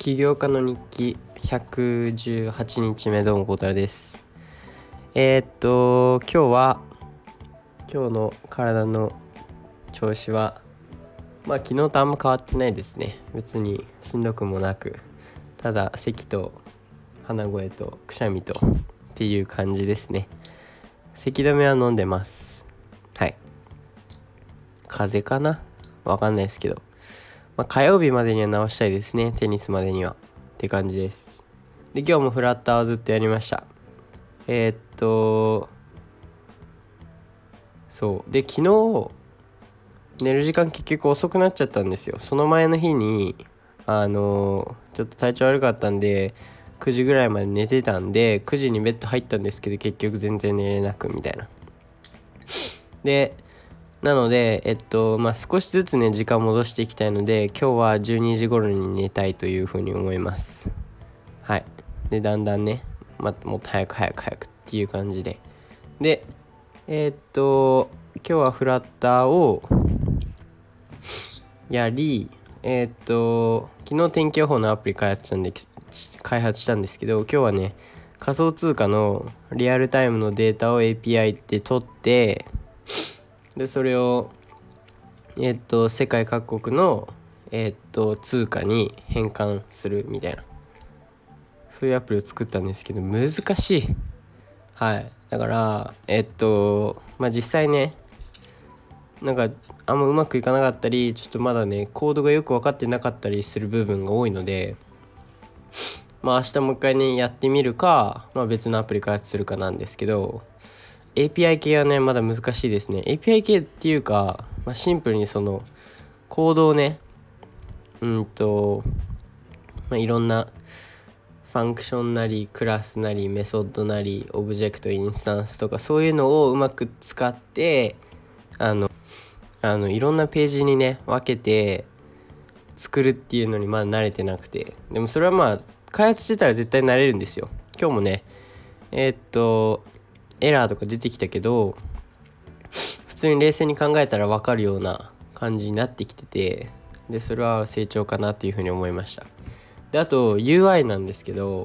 起業家の日記118日目、どうも孝太郎です。今日の体の調子は昨日とあんま変わってないですね。別にしんどくもなく、ただ咳と鼻声とくしゃみとっていう感じですね。咳止めは飲んでます。はい。風邪かな、わかんないですけど、火曜日までには治したいですね。テニスまでにはって感じです。で、今日もフラッターをずっとやりました。そうで、昨日寝る時間結局遅くなっちゃったんですよ。その前の日にちょっと体調悪かったんで9時ぐらいまで寝てたんで、9時にベッド入ったんですけど、結局全然寝れなくみたいな。でなので少しずつね時間戻していきたいので、今日は12時頃に寝たいというふうに思います。はい。でだんだんね、もっと早くっていう感じで、今日はフラッターをやり、昨日天気予報のアプリ開発したんですけど、今日はね、仮想通貨のリアルタイムのデータを API で取って、でそれを世界各国の通貨に変換するみたいな、そういうアプリを作ったんですけど、難しい。はい。だから実際ね、なんかあんまうまくいかなかったり、ちょっとまだねコードがよく分かってなかったりする部分が多いので、明日もう一回ねやってみるか、別のアプリ開発するかなんですけど、 API 系はねまだ難しいですね。 API 系っていうか、シンプルにそのコードをね、いろんなファンクションなりクラスなりメソッドなりオブジェクトインスタンスとか、そういうのをうまく使っていろんなページにね分けて作るっていうのにまだ慣れてなくて、でもそれは開発してたら絶対慣れるんですよ。今日もねエラーとか出てきたけど、普通に冷静に考えたら分かるような感じになってきてて、でそれは成長かなっていうふうに思いました。であと UI なんですけど、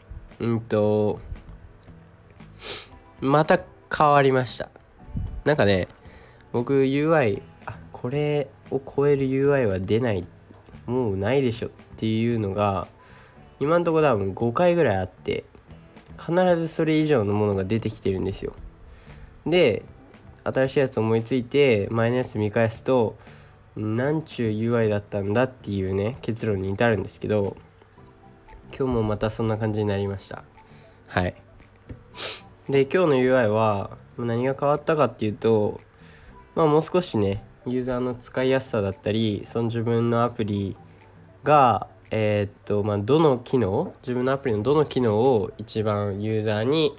また変わりました。なんかね、僕 UI これを超える UI は出ない、もうないでしょっていうのが今のところ多分5回ぐらいあって、必ずそれ以上のものが出てきてるんですよ。で新しいやつ思いついて前のやつ見返すと、なんちゅう UI だったんだっていうね結論に至るんですけど、今日もまたそんな感じになりました。はい。で今日の UI は何が変わったかっていうと、もう少しねユーザーの使いやすさだったり、その自分のアプリがどの機能、自分のアプリのどの機能を一番ユーザーに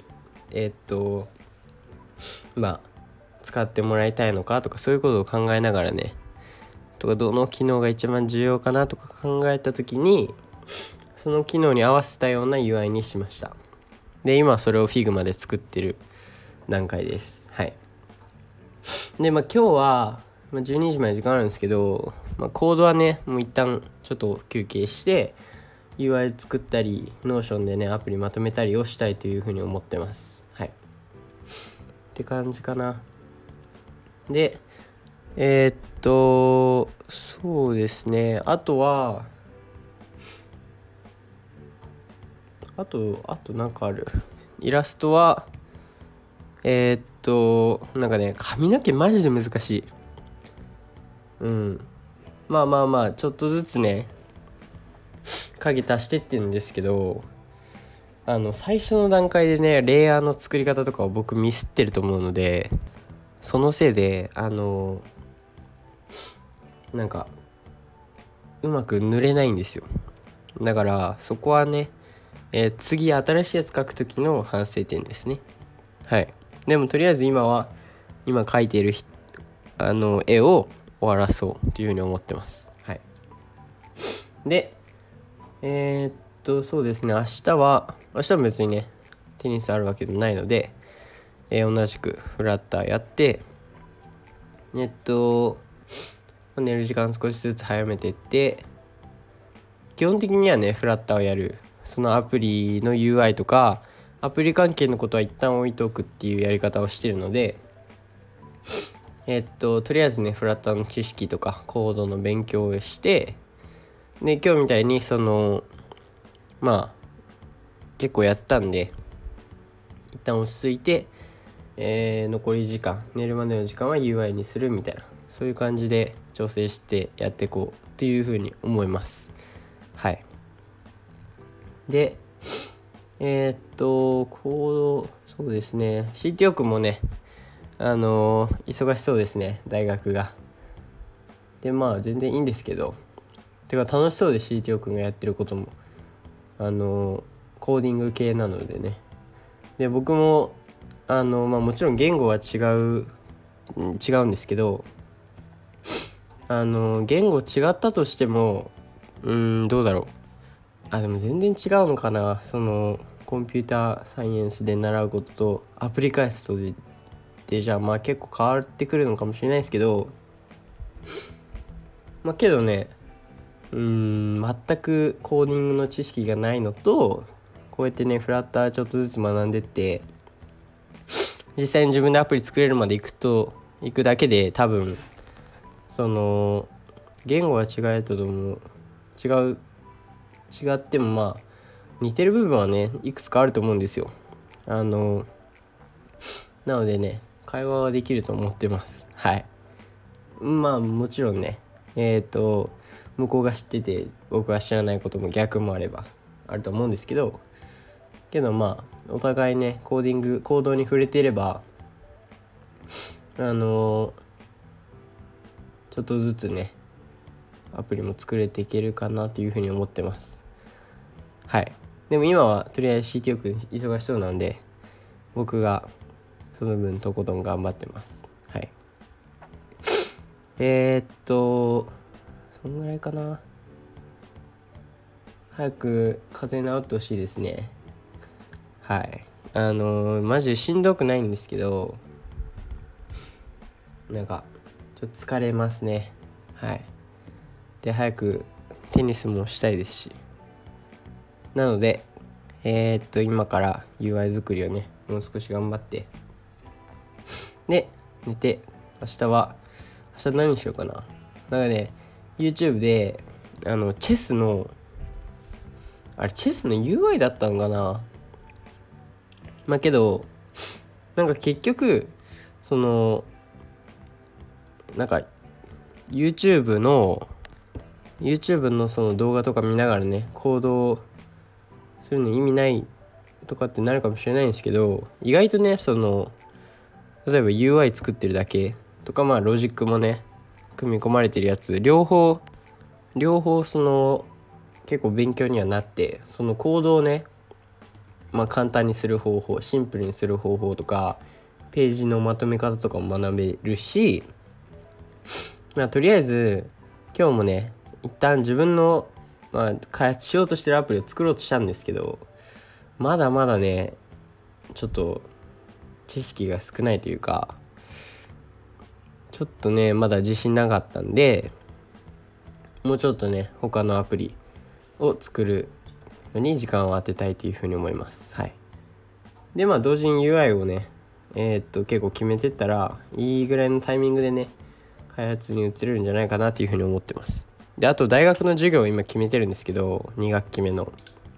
使ってもらいたいのかとか、そういうことを考えながらね、とかどの機能が一番重要かなとか考えた時に、その機能に合わせたような UI にしました。で今それを Figma で作ってる段階です。はい。で今日は12時まで時間あるんですけど、コードはねもう一旦ちょっと休憩して UI 作ったり Notion でねアプリまとめたりをしたいというふうに思ってます。はい。って感じかな。でそうですね、あとなんかある。イラストはなんかね、髪の毛マジで難しい。ちょっとずつね影足してってるんですけど、最初の段階でねレイヤーの作り方とかを僕ミスってると思うので、そのせいでなんかうまく塗れないんですよ。だからそこはね、次新しいやつ描く時の反省点ですね。はい。でもとりあえず今描いている絵を終わらそうというふうに思ってます。はい。でそうですね、明日も別にねテニスあるわけでもないので、同じくフラッターやって、寝る時間少しずつ早めてって、 基本的にはねフラッターをやる、そのアプリの UI とかアプリ関係のことは一旦置いておくっていうやり方をしてるので、とりあえずねフラッターの知識とかコードの勉強をして、で今日みたいに結構やったんで一旦落ち着いて、残り時間、寝るまでの時間は UI にするみたいな、そういう感じで調整してやっていこうっていうふうに思います。はい。でコード、そうですね、 CTO 君もね忙しそうですね、大学が。で全然いいんですけど、てか楽しそうで CTO 君がやってることもコーディング系なのでね。で僕ももちろん言語は違うんですけど、言語違ったとしてもどうだろう、でも全然違うのかな、そのコンピューターサイエンスで習うこととアプリ開発とでじゃあ結構変わってくるのかもしれないですけど、けどね全くコーディングの知識がないのと、こうやってねフラッターちょっとずつ学んでって実際に自分でアプリ作れるまで行くだけで、多分その言語は違っても似てる部分はねいくつかあると思うんですよ。なのでね会話はできると思ってます。はい。もちろんね向こうが知ってて僕が知らないことも逆もあると思うんですけど、お互いねコードに触れていればちょっとずつねアプリも作れていけるかなというふうに思ってます。はい。でも今はとりあえず CTO 君忙しそうなんで、僕がその分とことん頑張ってます。はい。そんぐらいかな。早く風邪治ってほしいですね。はい。マジでしんどくないんですけど、ちょっと疲れますね。はい。で早くテニスもしたいですし、なので今から UI 作りをねもう少し頑張ってで寝て、明日何しようかな。YouTube でチェスのUI だったのかな。けど結局YouTube のその動画とか見ながらね行動するの意味ないとかってなるかもしれないんですけど、意外とね例えば UI 作ってるだけとかロジックもね組み込まれてるやつ両方結構勉強にはなって、そのコードをね簡単にする方法、シンプルにする方法とかページのまとめ方とかも学べるし、とりあえず今日もね一旦自分の、開発しようとしてるアプリを作ろうとしたんですけど、まだまだねちょっと知識が少ないというか、ちょっとねまだ自信なかったんで、もうちょっとね他のアプリを作るのに時間を当てたいというふうに思います。はい。で同時に UI をね結構決めてったらいいぐらいのタイミングでね開発に移れるんじゃないかなというふうに思ってます。であと大学の授業を今決めてるんですけど、2学期目の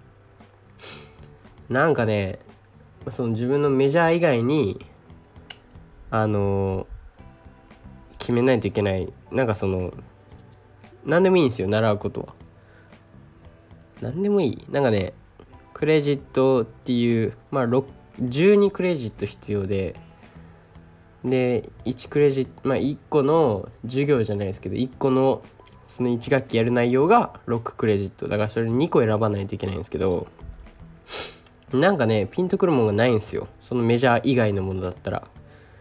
その自分のメジャー以外に決めないといけない、何でもいいんですよ、習うことは。何でもいい。クレジットっていう12クレジット必要で1クレジット1個の授業じゃないですけど、1個のその1学期やる内容が6クレジットだから、それ2個選ばないといけないんですけど、ピンとくるものがないんですよ、そのメジャー以外のものだったら。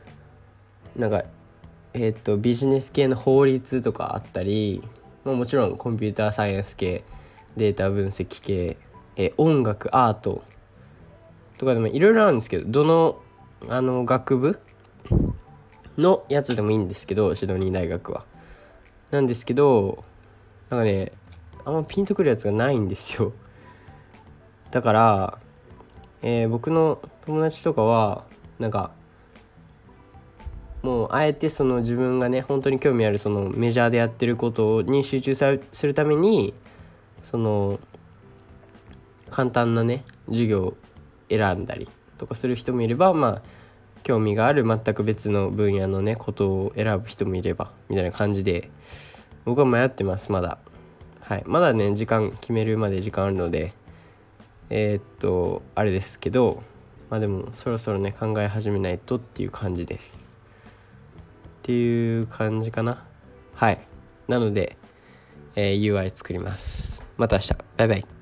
ビジネス系の法律とかあったり、もちろんコンピューターサイエンス系、データ分析系、音楽アートとかでもいろいろあるんですけど、どの学部のやつでもいいんですけど、シドニー大学はなんですけど、 あんまピンとくるやつがないんですよ。だから、僕の友達とかはなんかもうあえてその自分がね本当に興味あるそのメジャーでやってることに集中するためにその簡単なね授業を選んだりとかする人もいれば、まあ興味がある全く別の分野のねことを選ぶ人もいればみたいな感じで、僕は迷ってますまだ。はい、まだね時間決めるまで時間あるのであれですけど、まあでもそろそろね考え始めないとっていう感じですっていう感じかな。はい、なので、UI 作ります。また明日、バイバイ。